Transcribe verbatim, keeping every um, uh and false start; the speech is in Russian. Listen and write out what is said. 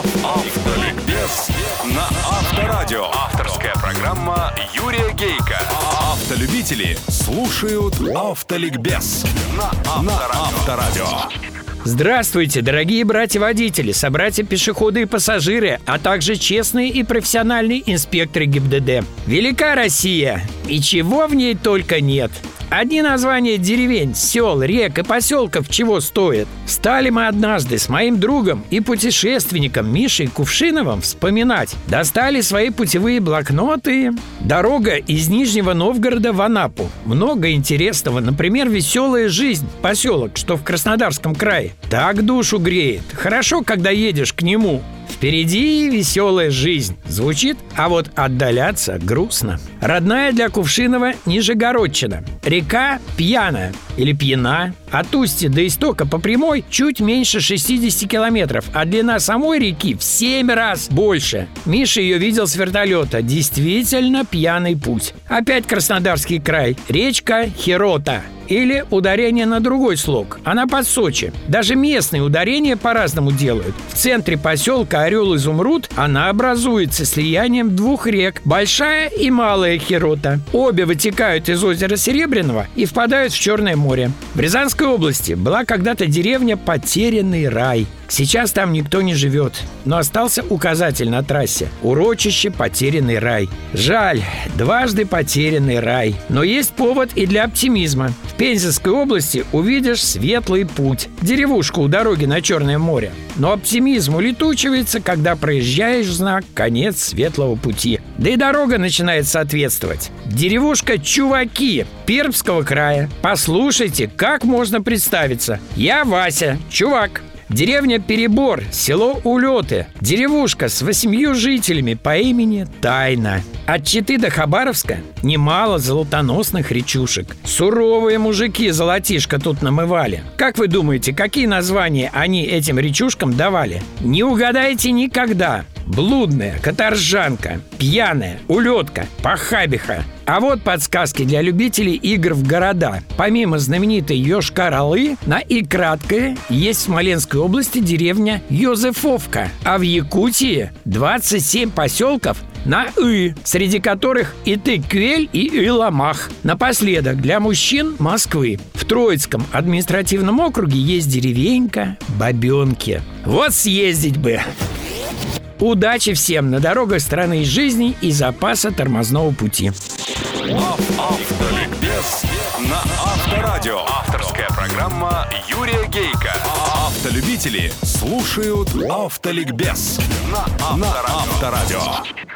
Автоликбез на Авторадио. Авторская программа Юрия Гейка. Автолюбители слушают Автоликбез на Авторадио. Здравствуйте, дорогие братья-водители, собратья-пешеходы и пассажиры, а также честные и профессиональные инспекторы ГИБДД. Велика Россия, и чего в ней только нет. Одни названия деревень, сел, рек и поселков чего стоят. Стали мы однажды с моим другом и путешественником Мишей Кувшиновым вспоминать. Достали свои путевые блокноты. Дорога из Нижнего Новгорода в Анапу. Много интересного, например, «Веселая жизнь», поселок, что в Краснодарском крае. Так душу греет. Хорошо, когда едешь к нему. Впереди веселая жизнь. Звучит, а вот отдаляться грустно. Родная для Кувшинова Нижегородчина. Река Пьяна или Пьяна. От устья до истока по прямой чуть меньше шестьдесят километров, а длина самой реки в семь раз больше. Миша ее видел с вертолета. Действительно пьяный путь. Опять Краснодарский край. Речка Хирота. Или ударение на другой слог. Она под Сочи. Даже местные ударения по-разному делают. В центре поселка Орел-Изумруд она образуется слиянием двух рек. Большая и Малая Хирота. Обе вытекают из озера Серебряного и впадают в Черное море. В Рязанской области была когда-то деревня Потерянный рай. Сейчас там никто не живет, но остался указатель на трассе: урочище Потерянный рай. Жаль, дважды потерянный рай. Но есть повод и для оптимизма. В Пензенской области увидишь светлый путь, деревушку у дороги на Черное море. Но оптимизм улетучивается, когда проезжаешь знак «Конец светлого пути». Да и дорога начинает соответствовать. Деревушка Чуваки Пермского края. Послушайте, как можно представиться. Я Вася, чувак. Деревня Перебор, село Улеты. Деревушка с восемью жителями по имени Тайна. От Читы до Хабаровска немало золотоносных речушек. Суровые мужики золотишко тут намывали. Как вы думаете, какие названия они этим речушкам давали? Не угадаете никогда. Блудная, Каторжанка, Пьяная, Улетка, Похабиха. А вот подсказки для любителей игр в города. Помимо знаменитой Йошкар-Олы, на И краткое есть в Смоленской области деревня Йозефовка. А в Якутии двадцать семь поселков на И, среди которых и Тыквель, и Иломах. Напоследок, для мужчин Москвы. В Троицком административном округе есть деревенька Бабенки. Вот съездить бы! Удачи всем на дорогах страны жизни и запаса тормозного пути. Автоликбез на Авторадио. Авторская программа Юрия Гейка. Автолюбители слушают Автоликбез на Авторадио.